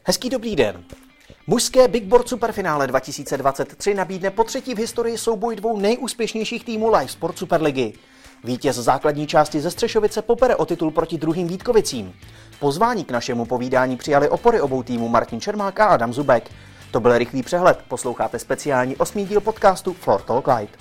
Hezký dobrý den. Mužské Big Board Superfinále 2023 nabídne potřetí v historii souboj dvou nejúspěšnějších týmů Live Sport Superligy. Vítěz základní části ze Střešovice popere o titul proti druhým Vítkovicím. Pozvání k našemu povídání přijali opory obou týmů Martin Čermák a Adam Zubek. To byl rychlý přehled. Posloucháte speciální 8. díl podcastu Floor Talk Light.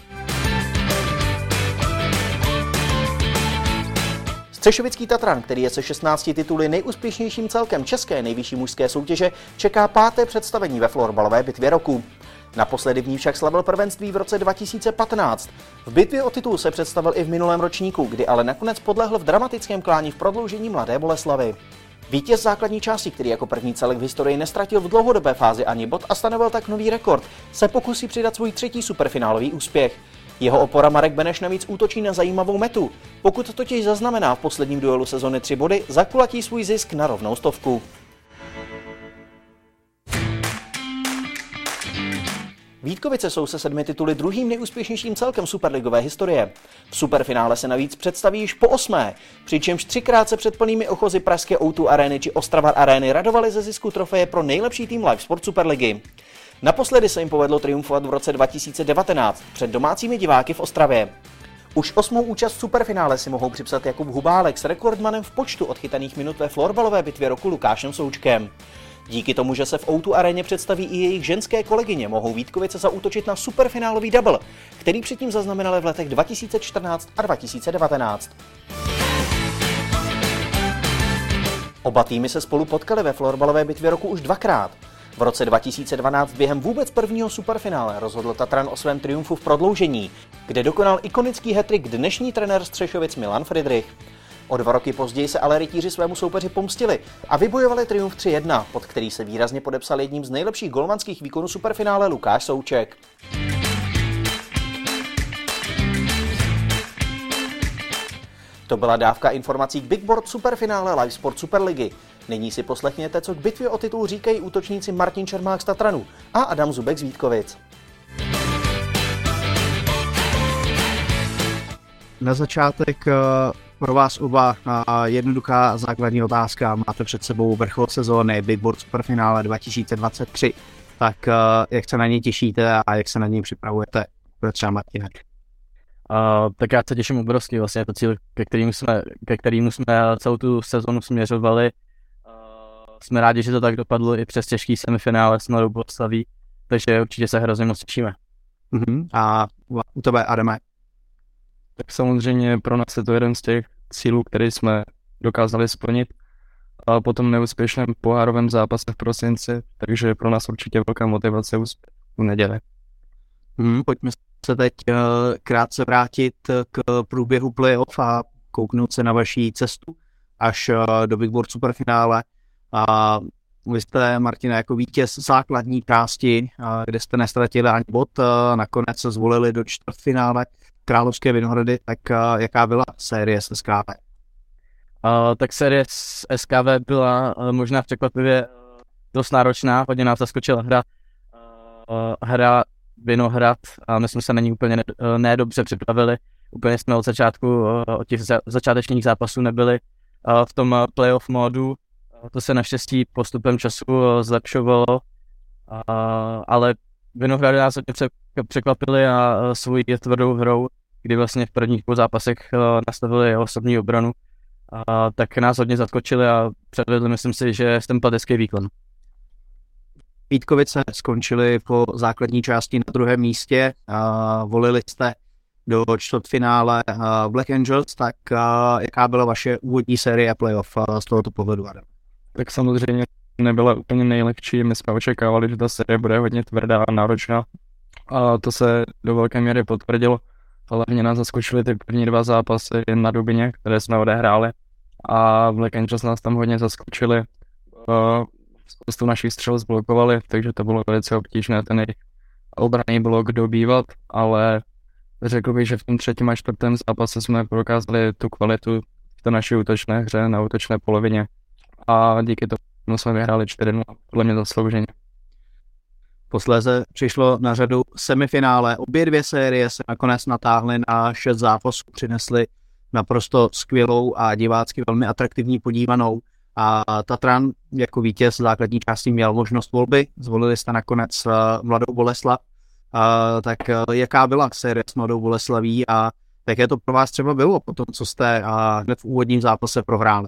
Střešovický Tatran, který je se 16 tituly nejúspěšnějším celkem české nejvyšší mužské soutěže, čeká 5. představení ve florbalové bitvě roku. Naposledy v ní však slavil prvenství v roce 2015. V bitvě o titul se představil i v minulém ročníku, kdy ale nakonec podlehl v dramatickém klání v prodloužení Mladé Boleslavi. Vítěz základní části, který jako první celek v historii nestratil v dlouhodobé fázi ani bod a stanovil tak nový rekord, se pokusí přidat svůj třetí superfinálový úspěch. Jeho opora Marek Beneš navíc útočí na zajímavou metu. Pokud totiž zaznamená v posledním duelu sezony 3 body, zakulatí svůj zisk na rovnou 100. Vítkovice jsou se 7 tituly druhým nejúspěšnějším celkem superligové historie. V superfinále se navíc představí již po 8., přičemž 3krát se před plnými ochozy pražské O2 Areny či Ostrava Areny radovali ze zisku trofeje pro nejlepší tým Live Sport Superligy. Naposledy se jim povedlo triumfovat v roce 2019 před domácími diváky v Ostravě. Už 8. účast v superfinále si mohou připsat Jakub Hubálek s rekordmanem v počtu odchytaných minut ve florbalové bitvě roku Lukášem Součkem. Díky tomu, že se v O2 aréně představí i jejich ženské kolegyně, mohou Vítkovice zaútočit na superfinálový double, který předtím zaznamenali v letech 2014 a 2019. Oba týmy se spolu potkali ve florbalové bitvě roku už 2krát. V roce 2012 během vůbec prvního superfinále rozhodl Tatran o svém triumfu v prodloužení, kde dokonal ikonický hat-trick dnešní trenér Střešovic Milan Friedrich. O 2 roky později se ale rytíři svému soupeři pomstili a vybojovali triumf 3-1, pod který se výrazně podepsal jedním z nejlepších golmanských výkonů superfinále Lukáš Souček. To byla dávka informací k Big Board Superfinále Live Sport Superligy. Nyní si poslechněte, co k bitvě o titul říkají útočníci Martin Čermák z Tatranu a Adam Zubek z Vítkovic. Na začátek pro vás oba jednoduchá základní otázka. Máte před sebou vrchol sezóny Big Board Superfinále 2023. Tak jak se na něj těšíte a jak se na něj připravujete? Třeba Martina. Tak já se těším obrovský, vlastně je to cíl, ke kterému jsme celou tu sezonu směřovali. Jsme rádi, že to tak dopadlo i přes těžký semifinále s Mladou Boleslaví, takže určitě se hrozně moc těšíme. A u tebe, Adame? Tak samozřejmě pro nás je to jeden z těch cílů, který jsme dokázali splnit a po tom neúspěšném pohárovém zápase v prosinci, takže pro nás určitě velká motivace úspěch v neděli. Pojďme se teď krátce vrátit k průběhu playoff a kouknout se na vaši cestu až do Big Board Superfinále. A vy jste, Martina, jako vítěz základní části, kde jste nestratili ani bod, nakonec se zvolili do čtvrtfinále Královské Vinohrady, tak jaká byla série s SKV? Tak série s SKV byla možná překvapivě dost náročná, hodně nás zaskočila hra Vinohrad a my jsme se na ní úplně nedobře připravili. Úplně jsme od začátku, od těch začátečních zápasů nebyli v tom playoff módu. To se naštěstí postupem času zlepšovalo, ale Vinohrady nás hodně překvapili a svou tvrdou hrou, kdy vlastně v prvních 2 zápasech nastavili osobní obranu, tak nás hodně zaskočili a předvedli, myslím si, že sympatický výkon. Vítkovice skončili po základní části na 2. místě, volili jste do čtvrtfinále Black Angels, tak jaká byla vaše úvodní série playoff z tohoto pohledu, Adam? Tak samozřejmě nebyla úplně nejlehčí, my jsme očekávali, že ta série bude hodně tvrdá a náročná a to se do velké míry potvrdilo. Hlavně nás zaskočily ty první 2 zápasy na Dubině, které jsme odehráli a Black Angels nás tam hodně zaskočili. Spoustu našich střel zblokovali, takže to bylo velice obtížné, ten jejich obrany bylo kdo bývat, ale řekl bych, že v tom 3. a 4. zápase jsme prokázali tu kvalitu v té naší útočné hře na útočné polovině a díky tomu jsme vyhráli 4-0, podle mě zaslouženě. Posléze přišlo na řadu semifinále. Obě 2 série se nakonec natáhly na 6 zápasů, přinesly naprosto skvělou a divácky velmi atraktivní podívanou. A Tatran jako vítěz základní části měl možnost volby, zvolili jste nakonec Mladou Boleslav. Tak jaká byla série s Mladou Boleslaví a jaké to pro vás třeba bylo po tom, co jste hned v úvodním zápase prohráli?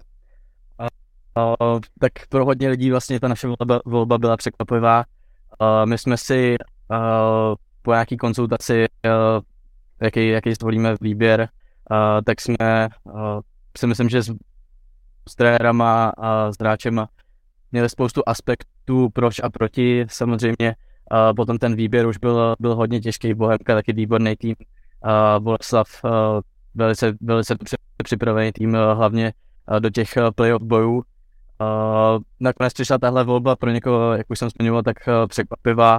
Tak pro hodně lidí vlastně ta naše volba byla překvapivá. My jsme si po nějaký konzultaci, jaký zvolíme výběr, tak jsme si myslím, že s trenérama a s hráčema měli spoustu aspektů proč a proti. Samozřejmě potom ten výběr už byl hodně těžký. Bohemka taky výborný tým. Boleslav velice připravený tým, hlavně do těch playoff bojů. Nakonec přišla tahle volba pro někoho, jak už jsem zmiňoval, tak překvapivá.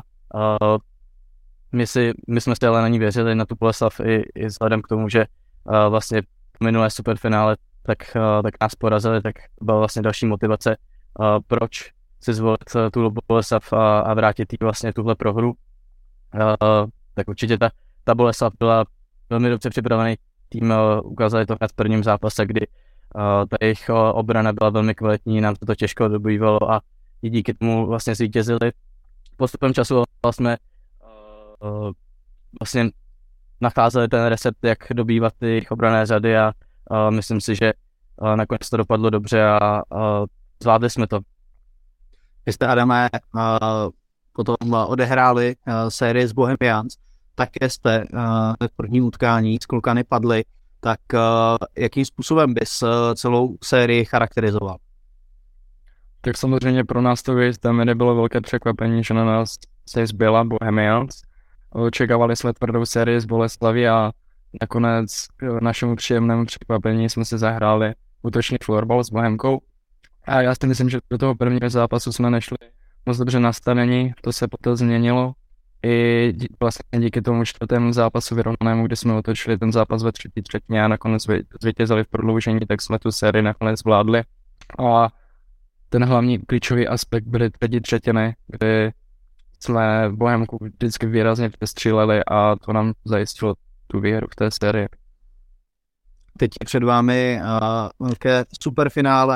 My jsme stále na ní věřili, na tu Boleslav i vzhledem k tomu, že vlastně minulé superfinále tak nás porazili, tak byla vlastně další motivace, proč si zvolit tu Boleslav a vrátit jí vlastně tuhle prohru. Tak určitě ta Boleslav byla velmi dobře připravený tým, ukázali to hned v prvním zápase, kdy ta jejich obrana byla velmi kvalitní, nám to těžko dobývalo a i díky tomu vlastně zvítězili. Postupem času jsme vlastně nacházeli ten recept, jak dobývat ty jejich obranné řady a myslím si, že nakonec to dopadlo dobře a zvládli jsme to. Vy jste, Adame, potom odehráli sérii s Bohemians, také jste v prvním utkání s klukany padli, tak jakým způsobem bys celou sérii charakterizoval? Tak samozřejmě pro nás to nebylo velké překvapení, že na nás se zbyla Bohemians. Očekávali jsme tvrdou sérii z Boleslavy a nakonec našemu příjemnému překvapení jsme si zahráli útočný florbal s Bohemkou. A já si myslím, že do toho prvního zápasu jsme nešli moc dobře nastavení, to se poté změnilo. I vlastně díky tomu čtvrtému zápasu vyrovnanému, kdy jsme otočili ten zápas ve třetí třetině a nakonec zvítězili v prodloužení, tak jsme tu sérii nakonec zvládli. A ten hlavní klíčový aspekt byly třetí třetiny, kdy jsme Bohemku vždycky výrazně přestříleli a to nám zajistilo tu výhru v té sérii. Teď je před vámi velké superfinále.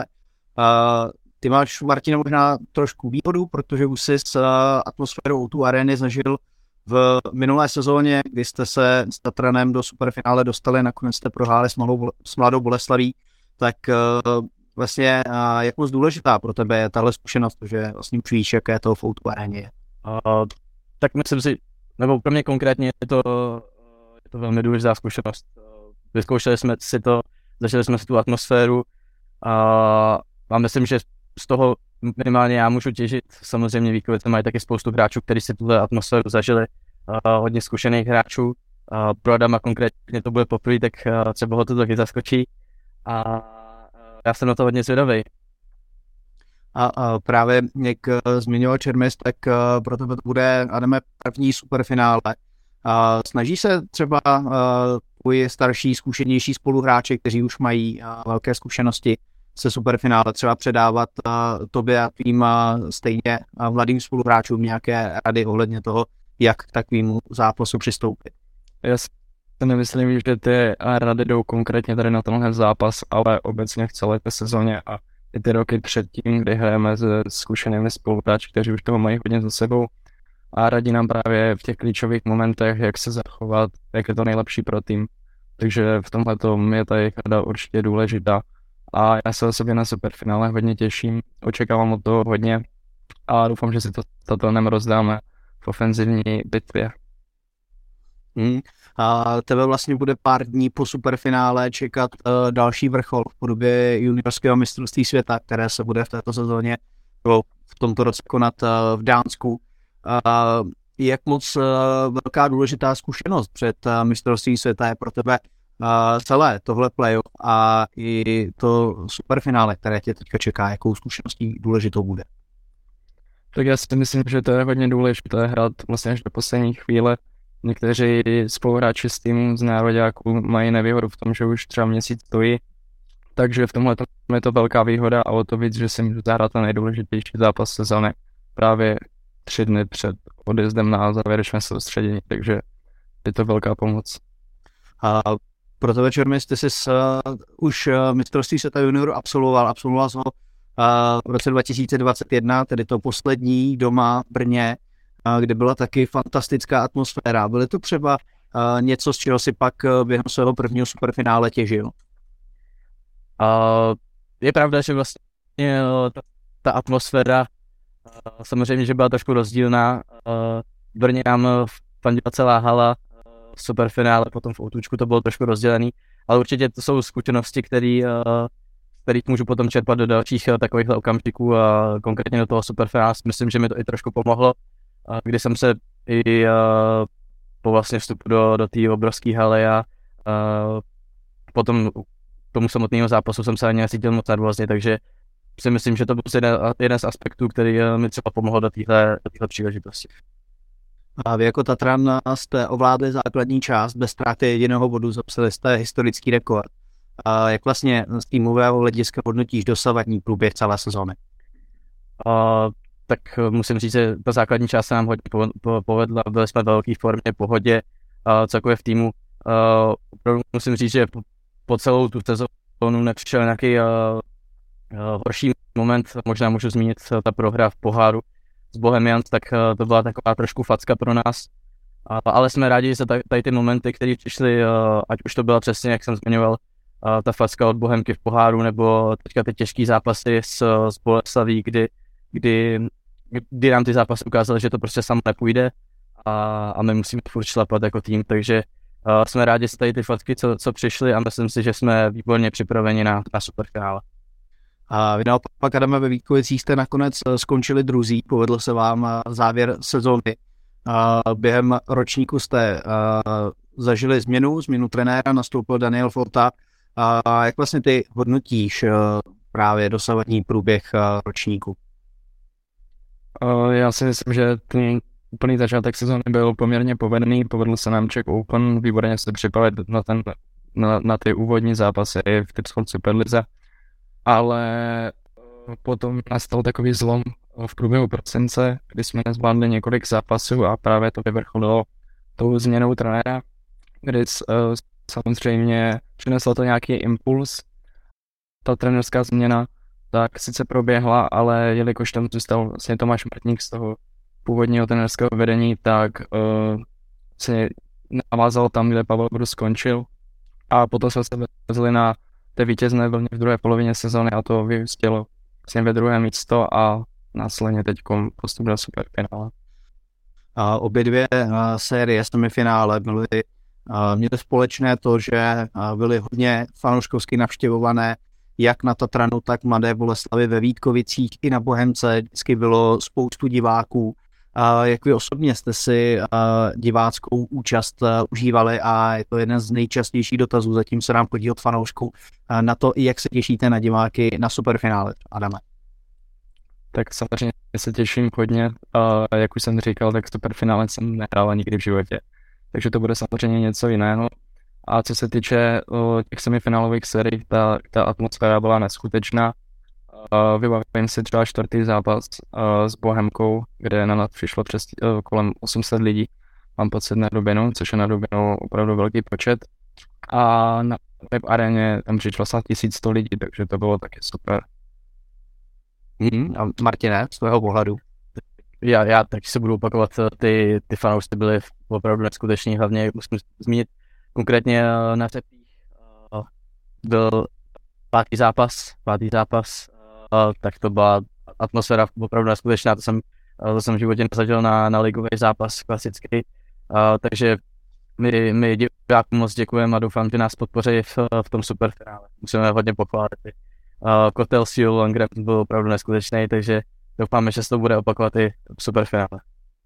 Ty máš, Martine, možná trošku výhodu, protože už jsi s atmosférou O2 Areny zažil v minulé sezóně, kdy jste se s Tatranem do superfinále dostali, nakonec jste prohráli s Mladou Boleslaví, tak vlastně jak moc důležitá pro tebe je tahle zkušenost, že vlastně už víš, jaké to v O2 Areně je? Tak myslím si, nebo pro mě konkrétně je to velmi důležitá zkušenost. Vyzkoušeli jsme si to, zažili jsme si tu atmosféru a myslím, že z toho minimálně já můžu těžit. Samozřejmě Vítkovice mají taky spoustu hráčů, kteří si tuhle atmosféru zažili, hodně zkušených hráčů. Pro Adama konkrétně to bude poprvé, tak třeba ho to taky zaskočí a já jsem na to hodně zvědavý. A právě jak zmiňoval Čermis, tak pro tebe to bude, Adame, první superfinále. Snaží se třeba tvoji starší, zkušenější spoluhráči, kteří už mají velké zkušenosti se superfinále, třeba předávat tobě a tvým stejně mladým spoluhráčům nějaké rady ohledně toho, jak k takovému zápasu přistoupit? Já si nemyslím, že ty rady jdou konkrétně tady na tenhle zápas, ale obecně v celé té sezóně a i ty roky předtím, kdy hrajeme s zkušenými spoluhráči, kteří už toho mají hodně za sebou a radí nám právě v těch klíčových momentech, jak se zachovat, jak je to nejlepší pro tým. Takže v tomhletom je ta jejich rada určitě důležitá. A já se osobně na superfinále hodně těším, očekávám od toho hodně a doufám, že si to Tatanem rozdáme v ofenzivní bitvě. A tebe vlastně bude pár dní po superfinále čekat další vrchol v podobě juniorského mistrovství světa, které se bude v této sezóně v tomto roce konat v Dánsku. Jak moc velká důležitá zkušenost před mistrovství světa je pro tebe celé tohle playoff a i to superfinále, které tě teďka čeká, jakou zkušeností důležitou bude? Tak já si myslím, že to je hodně důležité hrát vlastně až do poslední chvíle. Někteří spoluhráči s týmu z nároďáků mají nevýhodu v tom, že už třeba měsíc stojí, takže v tomhle je to velká výhoda a o to víc, že si můžu zahrát ten nejdůležitější zápas sezóny právě 3 dny před odjezdem na závěrečné soustředění, takže je to velká pomoc. A pro tebe, Čermis, ty jsi už mistrovství světa juniorů absolvoval ho v roce 2021, tedy to poslední doma v Brně, kde byla taky fantastická atmosféra. Bylo to třeba něco, z čeho si pak během svého prvního superfinále těžil? Je pravda, že vlastně ta atmosféra samozřejmě, že byla trošku rozdílná. V Brně nám fandila celá hala, v superfinále, potom v Outučku to bylo trošku rozdělený, ale určitě to jsou zkušenosti, kterých můžu potom čerpat do dalších takových okamžiků a konkrétně do toho superfinále. Myslím, že mi to i trošku pomohlo, kdy jsem se i po vlastně vstupu do té obrovské haly a potom tomu samotného zápasu jsem se ani necítil moc nervózně, takže si myslím, že to byl jeden z aspektů, který mi třeba pomohl do téhle příležitosti. A vy jako Tatran jste ovládli základní část bez ztráty jediného bodu, zapsali jste historický rekord. A jak vlastně z týmového hlediska hodnotíš dosavadní průběh celé sezóny? Tak musím říct, že ta základní část se nám hodně povedla, byli jsme ve velké formě, pohodě, celkově v týmu. Opravdu musím říct, že po celou tu sezónu nepřišel nějaký horší moment, možná můžu zmínit ta prohra v poháru s Bohemians, tak to byla taková trošku facka pro nás. Ale jsme rádi, že se tady ty momenty, které přišly, ať už to byla přesně, jak jsem zmiňoval, ta facka od Bohemky v poháru, nebo teďka ty těžké zápasy s Boleslaví, kdy nám ty zápasy ukázaly, že to prostě samo nepůjde a my musíme furt šlapat jako tým, takže jsme rádi za tady ty facky, co přišly a myslím si, že jsme výborně připraveni na superfinále. A vy naopak, Adame, ve Vítkovicích jste nakonec skončili druzí, povedl se vám závěr sezóny. Během ročníku jste zažili změnu trenéra, nastoupil Daniel Folta. Jak vlastně ty hodnotíš právě dosavadní průběh ročníku? Já si myslím, že ten úplný začátek sezóny byl poměrně povedený, povedl se nám Czech Open, výborně se připravit na ty úvodní zápasy v Tipsport Superlize, ale potom nastal takový zlom v průběhu prosince, kdy jsme nezvládli několik zápasů a právě to vyvrcholilo tou změnou trenéra, kdy samozřejmě přineslo to nějaký impuls. Ta trenerská změna tak sice proběhla, ale jelikož tam zůstal vlastně Tomáš Martník z toho původního trenerského vedení, tak se navázal tam, kde Pavel Brus skončil a potom jsme se vezli na té vítězné vlně v druhé polovině sezóny a to vyústilo vlastně ve druhé místo a následně teď postup do superfinále. Obě dvě série semifinále měly společné to, že byly hodně fanouškovsky navštěvované jak na Tatranu, tak Mladé Boleslavi ve Vítkovicích i na Bohemce. Vždycky bylo spoustu diváků. Jak vy osobně jste si diváckou účast užívali a je to jeden z nejčastějších dotazů, zatím se nám chodí od fanoušků na to, jak se těšíte na diváky na superfinále, Adame? Tak samozřejmě se těším hodně. Jak už jsem říkal, tak superfinále jsem nehrál nikdy v životě. Takže to bude samozřejmě něco jiného. A co se týče těch semifinálových sérií, ta atmosféra byla neskutečná. Vybavím si třeba čtvrtý zápas s Bohemkou, kde na nás přišlo přes kolem 800 lidí. Mám pocit na Dubinu, což je na Dubinu opravdu velký počet. A na web aréně tam přišlo snad 1100 lidí, takže to bylo taky super. A Martine, z tvého pohledu? Já taky se budu opakovat, ty fanoušci byli opravdu neskuteční, hlavně musím zmínit konkrétně na Řepích. Byl pátý zápas, tak to byla atmosféra opravdu neskutečná, to jsem v životě nezažil na ligový zápas klasický, takže my divákům moc děkujeme a doufám, že nás podpoří v tom superfinále. Musíme hodně pochválit. Kotel Siul Langrem byl opravdu neskutečný, takže doufáme, že se to bude opakovat i v superfinále.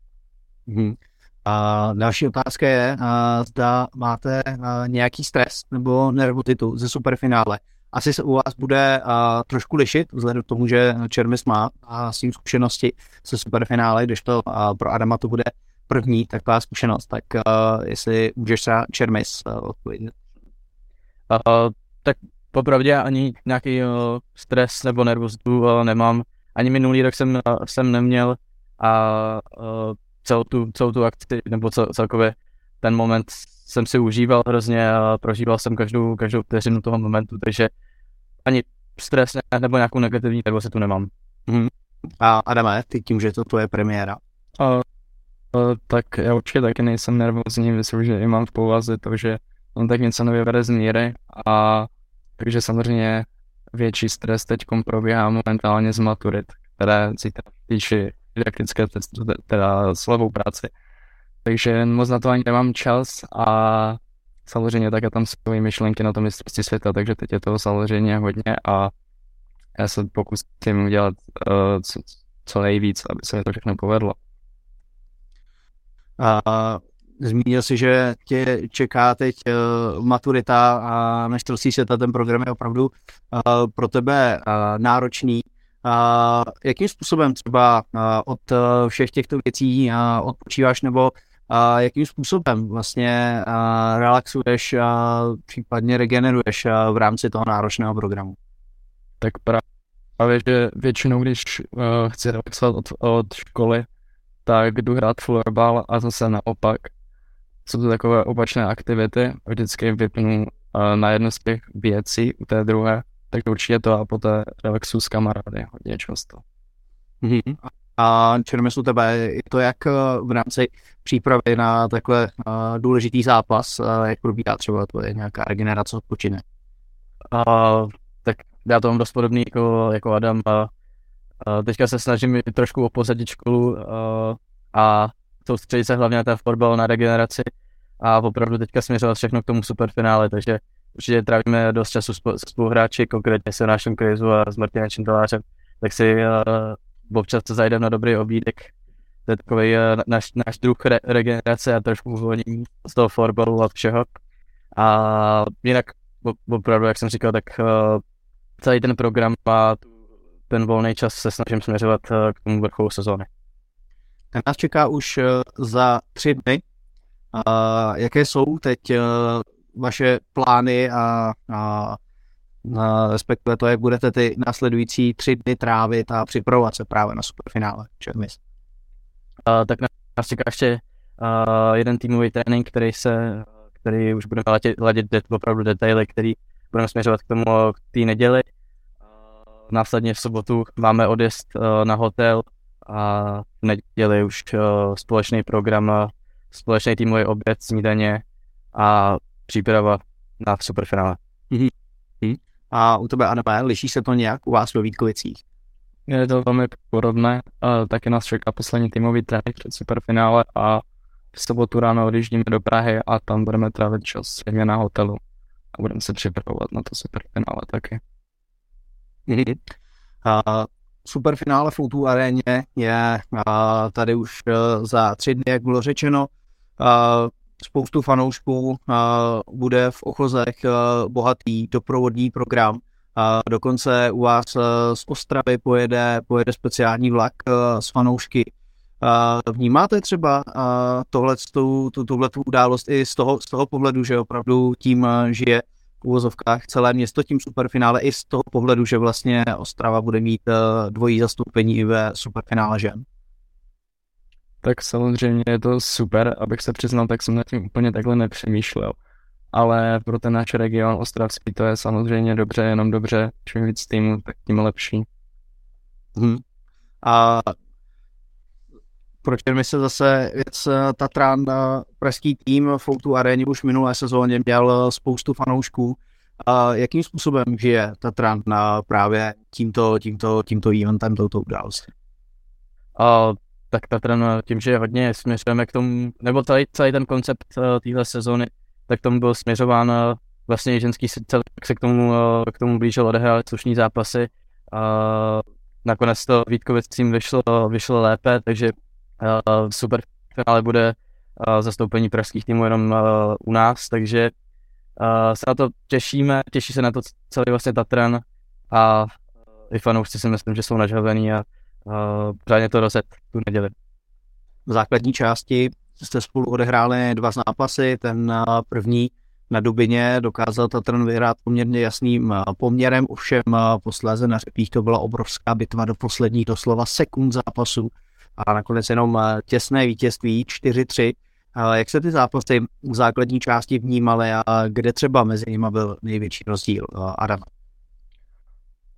A další otázka je, zda máte nějaký stres nebo nervozitu ze superfinále. Asi se u vás bude trošku lišit, vzhledem k tomu, že Čermis má s tím zkušenosti se superfinále, když to pro Adama to bude první taková zkušenost, tak jestli můžeš třeba Čermis odpovědět. Tak popravdě ani nějaký stres nebo nervozitu nemám. Ani minulý rok jsem neměl a celou tu akci nebo celkově ten moment jsem si užíval hrozně a prožíval jsem každou vteřinu toho momentu, takže stres nebo nějakou negativní nervozitu nemám. A Adame, ty tím, že to tvoje premiéra? Tak já určitě taky nejsem nervózní, myslím, že i mám v povaze to, že on tak něco nevyvede z míry a takže samozřejmě větší stres teďkom probíhá momentálně z maturit, které zítra píši didaktické testy, teda slovou práci. Takže moc na to ani nemám čas a samozřejmě také tam svojí myšlenky na tom mistrovství světa, takže teď je toho samozřejmě hodně a já se pokusím udělat co nejvíc, aby se mi to všechno povedlo. Zmínil jsi, že tě čeká teď maturita a mistrovství světa, ten program je opravdu pro tebe náročný. Jakým způsobem třeba od všech těchto věcí odpočíváš, nebo jakým způsobem vlastně relaxuješ a případně regeneruješ v rámci toho náročného programu? Tak právě, že většinou, když chci relaxovat od školy, tak jdu hrát florbal a zase naopak. Jsou to takové opačné aktivity, vždycky vypnu na jednu z těch věcí u té druhé, tak určitě to a poté relaxuju s kamarády hodně často. A čermes u tebe, je to jak v rámci přípravy na takhle důležitý zápas, jak probíhá třeba tvoje nějaká regenerace, odpočinek? Tak já to mám dost podobný jako Adam. Teďka se snažím trošku opozadit školu a soustředit se hlavně na ten florbal, na regeneraci a opravdu teďka směřovat všechno k tomu superfinále, takže určitě trávíme dost času s spoluhráči, konkrétně se naším Krizu a s Martinem Čindelářem, tak si občas zajdeme na dobrý obídek. To je takový náš druh regenerace a trošku uvolnění z toho florbalu a všeho. A jinak opravdu, jak jsem říkal, tak celý ten program a ten volný čas se snažím směřovat k tomu vrcholu sezóny. Nás čeká už za 3 dny. Jaké jsou teď vaše plány a respektive to, jak budete ty následující 3 dny trávit a připravovat se právě na superfinále? Tak nás čeká ještě jeden týmový trénink, který už budeme ladit opravdu detaily, který budeme směřovat k tomu k té neděli. Následně v sobotu máme odjezd na hotel a v neděli už společný program, společný týmový oběd, snídaně a příprava na superfinále. A u tebe, Adame, liší se to nějak u vás ve Vítkovicích? Je to velmi podobné, taky nás čeká poslední týmový trénink před superfinále a v sobotu ráno odjíždíme do Prahy a tam budeme trávit čas na hotelu a budeme se připravovat na to superfinále taky. Superfinále v O2 aréně je tady už za 3 dny, jak bylo řečeno. Spoustu fanoušků bude v Ochozech bohatý doprovodný program. Dokonce u vás z Ostravy pojede speciální vlak s fanoušky. Vnímáte třeba tuhletu událost i z toho pohledu, že opravdu tím žije v uvozovkách celé město tím superfinále, i z toho pohledu, že vlastně Ostrava bude mít dvojí zastoupení i ve superfinále žen? Tak samozřejmě je to super, abych se přiznal, tak jsem nad tím úplně takhle nepřemýšlel. Ale pro ten náš region ostravský to je samozřejmě dobře, jenom dobře, čím víc týmů, tak tím lepší. A proč mi se zase věc Tatran, pražský tým v O2 aréně už v minulé sezóně měl spoustu fanoušků. Jakým způsobem žije Tatran právě tímto eventem, touto událostí? Tak Tatran tím, že hodně směřujeme k tomu, nebo celý ten koncept téhle sezóny, tak tomu byl směřován vlastně ženský celek se k tomu blížil odehrát slušný zápasy. Nakonec to Vítkovicím vyšlo lépe, takže super finále bude zastoupení pražských týmů jenom u nás, takže se na to těšíme, těší se na to celý vlastně Tatran a i fanoušci si myslím, že jsou nažhavení a řádně to rozjet tu neděli. V základní části jste spolu odehráli 2 zápasy, ten první na Dubině dokázal Tatran vyhrát poměrně jasným poměrem, ovšem posléze na Řepích to byla obrovská bitva do posledních doslova sekund zápasu a nakonec jenom těsné vítězství 4-3. Jak se ty zápasy v základní části vnímaly a kde třeba mezi nimi byl největší rozdíl, Adam?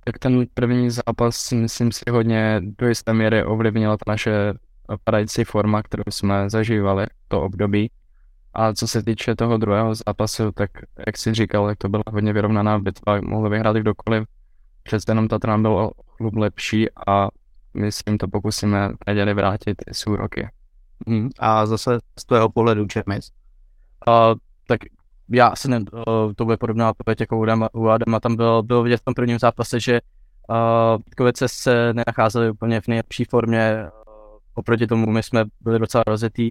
Tak ten první zápas, myslím si, hodně do jisté míry ovlivnila ta naše padající forma, kterou jsme zažívali to období. A co se týče toho druhého zápasu, tak jak jsi říkal, tak to byla hodně vyrovnaná bitva, mohli vyhrát kdokoliv. Přece jenom Tatran byl o klub lepší a my si jim to pokusíme v neděli vrátit i s úroky. A zase z tvého pohledu, Čermis? Tak já asi ne, to bude podobná odpověď jako u Adama. Tam bylo vidět v tom prvním zápase, že Vítkovice se nenacházeli úplně v nejlepší formě. Oproti tomu my jsme byli docela rozjetý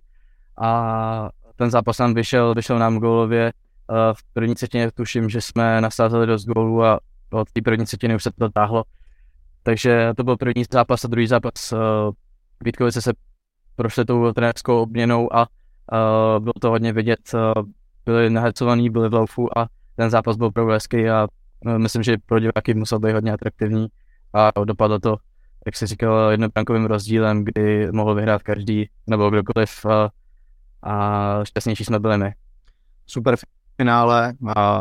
a ten zápas nám vyšel nám gólově. V první třetině tuším, že jsme nasázeli dost gólů a od té první třetiny už se to táhlo. Takže to byl první zápas a druhý zápas. Vítkovice se prošli tou trenérskou obměnou a bylo to hodně vidět. Byli nahecovaní, byli v laufu a ten zápas byl opravdu hezký a myslím, že pro diváky musel být hodně atraktivní a dopadlo to, jak jsi říkal, jednobrankovým rozdílem, kdy mohl vyhrát každý nebo kdokoliv a šťastnější jsme byli my. Super finále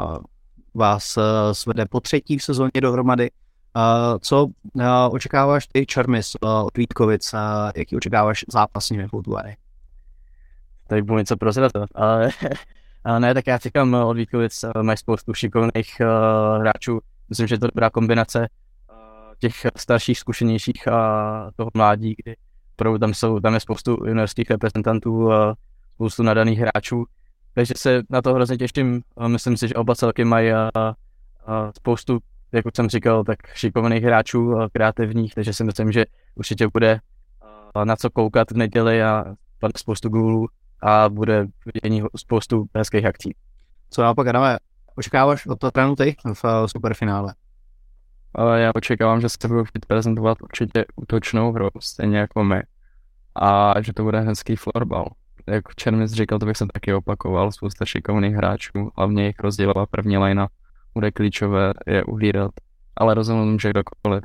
vás svede po třetí v sezóně dohromady. Co očekáváš ty, Čermis, od Vítkovic? Jaký očekáváš zápas s nimi v O2 Areny? Tady budu něco prozrat, ale ne, tak já čekám od Vítkovic, mají spoustu šikovných hráčů. Myslím, že je to dobrá kombinace těch starších, zkušenějších a toho mládí, kdy tam je spoustu juniorských reprezentantů, spoustu nadaných hráčů. Takže se na to hrozně těším. Myslím si, že oba celky mají spoustu, jak už jsem říkal, tak šikovných hráčů, kreativních, takže si myslím, že určitě bude na co koukat v neděli a spoustu gólů a bude vidění spoustu hezkých akcí. Co naopak, Adame, očekáváš od Tatranu ty v superfinále? Já očekávám, že se budou chtít prezentovat určitě útočnou hru, stejně jako my. A že to bude hezký florbal. Jak Čermis říkal, to bych se taky opakoval, spousta šikovných hráčů, hlavně jich rozdělila první lajna, bude klíčové je uhlídat, ale rozhodnout může kdokoliv.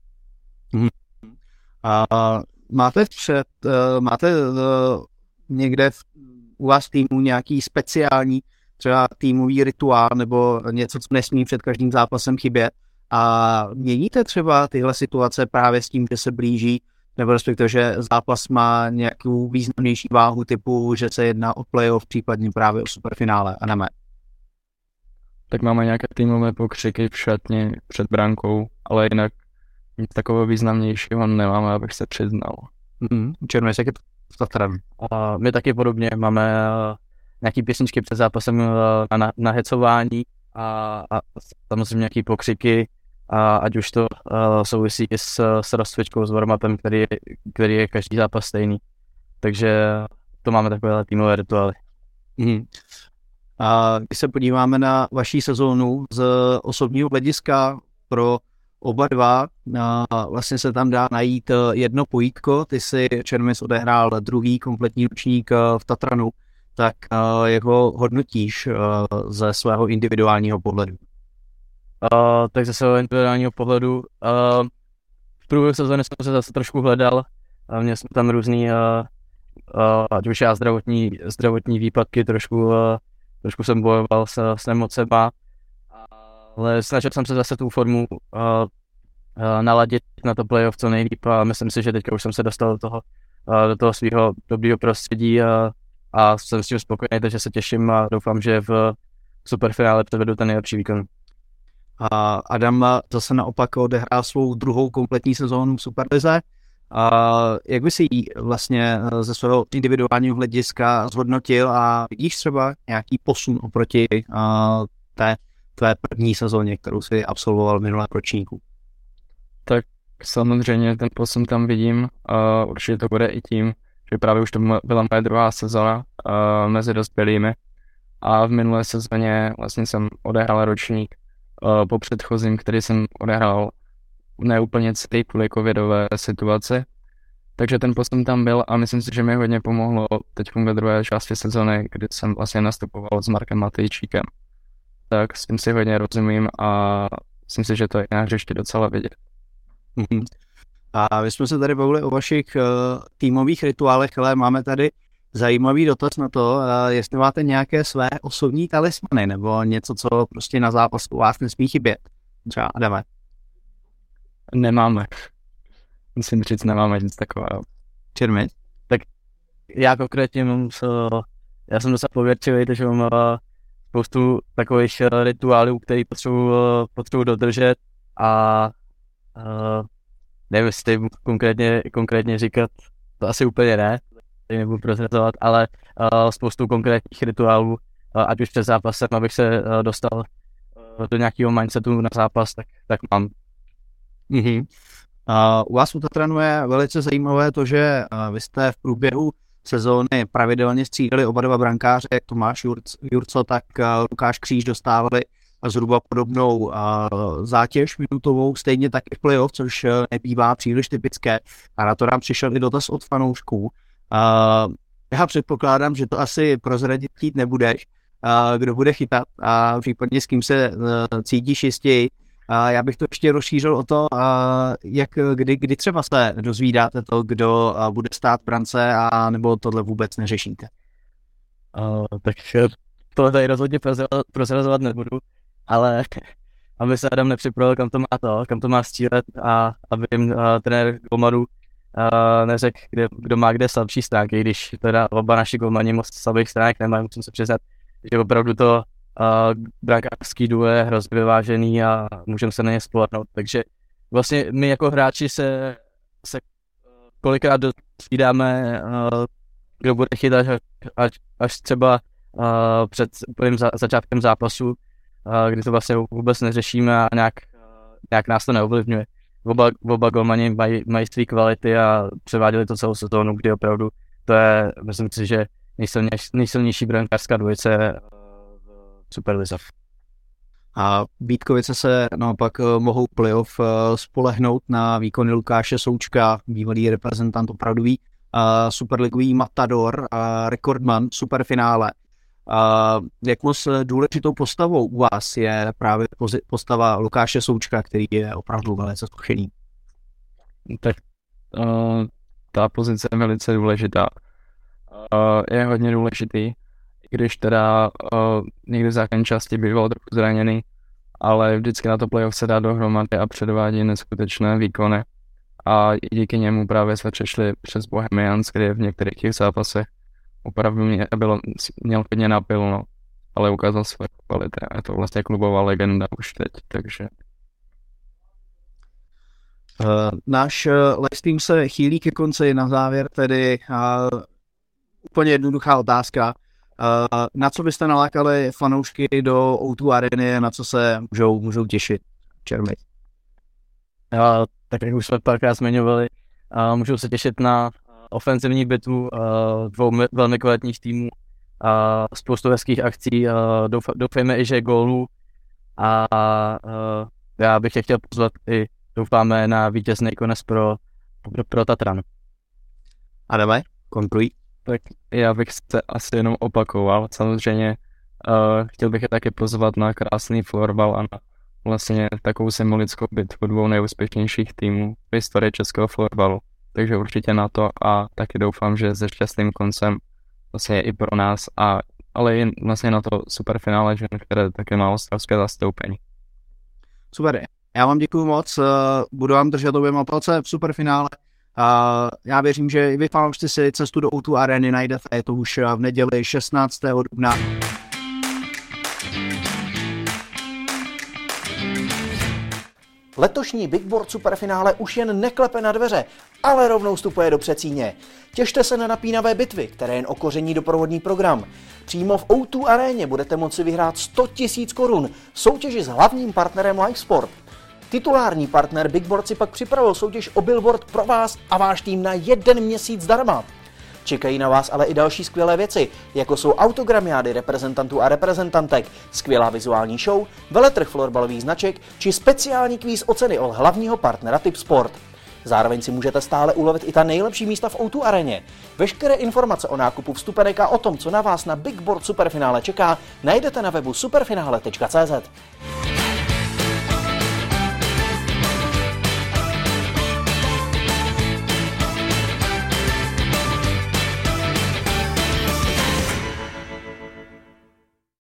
Máte někde u vás v týmu nějaký speciální třeba týmový rituál nebo něco, co nesmí před každým zápasem chybět a měníte třeba tyhle situace právě s tím, že se blíží nebo respektive, že zápas má nějakou významnější váhu typu, že se jedná o playoff, případně právě o superfinále a ne. Tak máme nějaké týmové pokřiky v šatně před brankou, ale jinak nic takového významnějšího nemáme, abych se přiznal. Čermis, jak je to v Tatranu? My taky podobně máme nějaký písničky před zápasem na hecování a samozřejmě nějaký pokřiky, a ať už to souvisí s rozcvičkou, s warm-upem, který je každý zápas stejný. Takže to máme takové týmové rituály. A když se podíváme na vaší sezónu z osobního hlediska pro oba dva, vlastně se tam dá najít jedno pojítko. Ty si, Čermis, odehrál druhý kompletní ročník v Tatranu, tak jak ho hodnotíš ze svého individuálního pohledu? Tak ze svého individuálního pohledu v průběhu sezóny jsem se zase trošku hledal. Měl jsem tam různý, ať už já zdravotní výpadky, trošku jsem bojoval s nemocema, ale snažil jsem se zase tu formu naladit na to playoff co nejlíp a myslím si, že teďka už jsem se dostal do toho svého dobrého prostředí a jsem s tím spokojený, takže se těším a doufám, že v superfinále předvedu ten nejlepší výkon. A Adam zase naopak odehrál svou druhou kompletní sezónu v Superlize. Jak by si ji vlastně ze svého individuálního hlediska zhodnotil a vidíš třeba nějaký posun oproti té tvé první sezóně, kterou si absolvoval v minulém ročníku? Tak samozřejmě ten posun tam vidím. Určitě to bude i tím, že právě už to byla moje druhá sezóna mezi dospělými a v minulé sezóně vlastně jsem odehrál ročník po předchozím, který jsem odehrál neúplně celý kvůli covidové situaci. Takže ten posun tam byl a myslím si, že mi hodně pomohlo teď ve druhé části sezóny, kdy jsem vlastně nastupoval s Markem Matejčíkem. Tak s tím si hodně rozumím a myslím si, že to je na hřišti docela vidět. A my jsme se tady bavili o vašich týmových rituálech, ale máme tady zajímavý dotaz na to, jestli máte nějaké své osobní talismany nebo něco, co prostě na zápas u vás nesmí chybět. Třeba Adame. Nemáme. Musím říct, nemáme nic takového. Čermi? Tak já konkrétně já jsem docela pověrčivý, takže mám spoustu takových rituálů, které potřebuji dodržet a nevím, jestli konkrétně říkat, to asi úplně ne, tady nebudu prozrazovat, ale spoustu konkrétních rituálů, ať už před zápasem, abych se dostal do nějakého mindsetu na zápas, tak mám. Mm-hmm. U vás u Tatranu je velice zajímavé to, že vy jste v průběhu sezóny pravidelně střídali oba dva brankáře, jak Tomáš Jurco, tak Lukáš Kříž dostávali zhruba podobnou zátěž minutovou, stejně tak i v playoff, což nebývá příliš typické. A na to nám přišel i dotaz od fanoušků. Já předpokládám, že to asi prozradit chtít nebudeš, kdo bude chytat a případně s kým se cítíš jistěji. Já bych to ještě rozšířil o to, kdy třeba se dozvídáte to, kdo bude stát v brance, a nebo tohle vůbec neřešíte. Tak tohle tady rozhodně prozrazovat nebudu, ale aby se Adam nepřipravil, kam to má střílet, a aby jim trenér golmanů neřekl, kdo má kde slabší stránky, když teda oba naši golmani moc slabých stránek nemají, musím se přiznat, že opravdu to brankářský duo je hrozně vyvážený a můžeme se na ně spolehnout. Takže vlastně my jako hráči se kolikrát dozvídáme, kdo bude chytat až třeba před úplným začátkem zápasu, kdy to vlastně vůbec neřešíme a nějak nás to neovlivňuje. Oba golmani mají své kvality a převáděli to celou sezónu, kdy opravdu to je, myslím si, že nejsilnější brankářská dvojice Superlize. A Vítkovice se naopak mohou playoff spolehnout na výkony Lukáše Součka, bývalý reprezentant, opravdový superligový matador, rekordman v superfinále. Jak moc důležitou postavou u vás je právě postava Lukáše Součka, který je opravdu velice zkušený? Tak ta pozice je velice důležitá. Je hodně důležitý, když teda někdy v základní části býval trochu zraněný, ale vždycky na to playoff se dá dohromady a předvádí neskutečné výkony. A díky němu právě jsme přešli přes Bohemians, kde v některých těch zápasech opravdu měl hodně napilno, ale ukázal své kvality. Je to vlastně klubová legenda už teď, takže... Náš livestream se chýlí ke konci, na závěr tedy úplně jednoduchá otázka. Na co byste nalákali fanoušky do O2 Areny, na co se můžou těšit? Čermi. Tak jak už jsme párkrát zmiňovali, můžou se těšit na ofenzivní bitvu dvou velmi kvalitních týmů, spoustu hezkých akcí, doufejme i, že gólů, a já bych je chtěl pozvat i, doufáme, na vítězný konec pro Tatran. Adame, konkluj. Tak já bych se asi jenom opakoval. Samozřejmě chtěl bych je taky pozvat na krásný florbal a na vlastně takovou symbolickou bitvu dvou nejúspěšnějších týmů v historii českého florbalu. Takže určitě na to, a taky doufám, že se šťastným koncem vlastně i pro nás, ale i vlastně na to superfinále, že které také má ostravské zastoupení. Super, já vám děkuju moc, budu vám držet oběma palce v superfinále. Já věřím, že i vy fanoušci si cestu do O2 Areny najdete, je to už v neděli 16. dubna. Letošní Big Board superfinále už jen neklepe na dveře, ale rovnou vstupuje do předsíně. Těšte se na napínavé bitvy, které jen okoření doprovodný program. Přímo v O2 Aréně budete moci vyhrát 100 000 korun v soutěži s hlavním partnerem Livesport. Titulární partner Big Board si pak připravil soutěž o billboard pro vás a váš tým na 1 měsíc zdarma. Čekají na vás ale i další skvělé věci, jako jsou autogramiády reprezentantů a reprezentantek, skvělá vizuální show, veletrh florbalových značek či speciální kvíz o ceny od hlavního partnera Tipsport. Zároveň si můžete stále ulovit i ta nejlepší místa v O2 Areně. Veškeré informace o nákupu vstupenek a o tom, co na vás na Big Board superfinále čeká, najdete na webu superfinále.cz.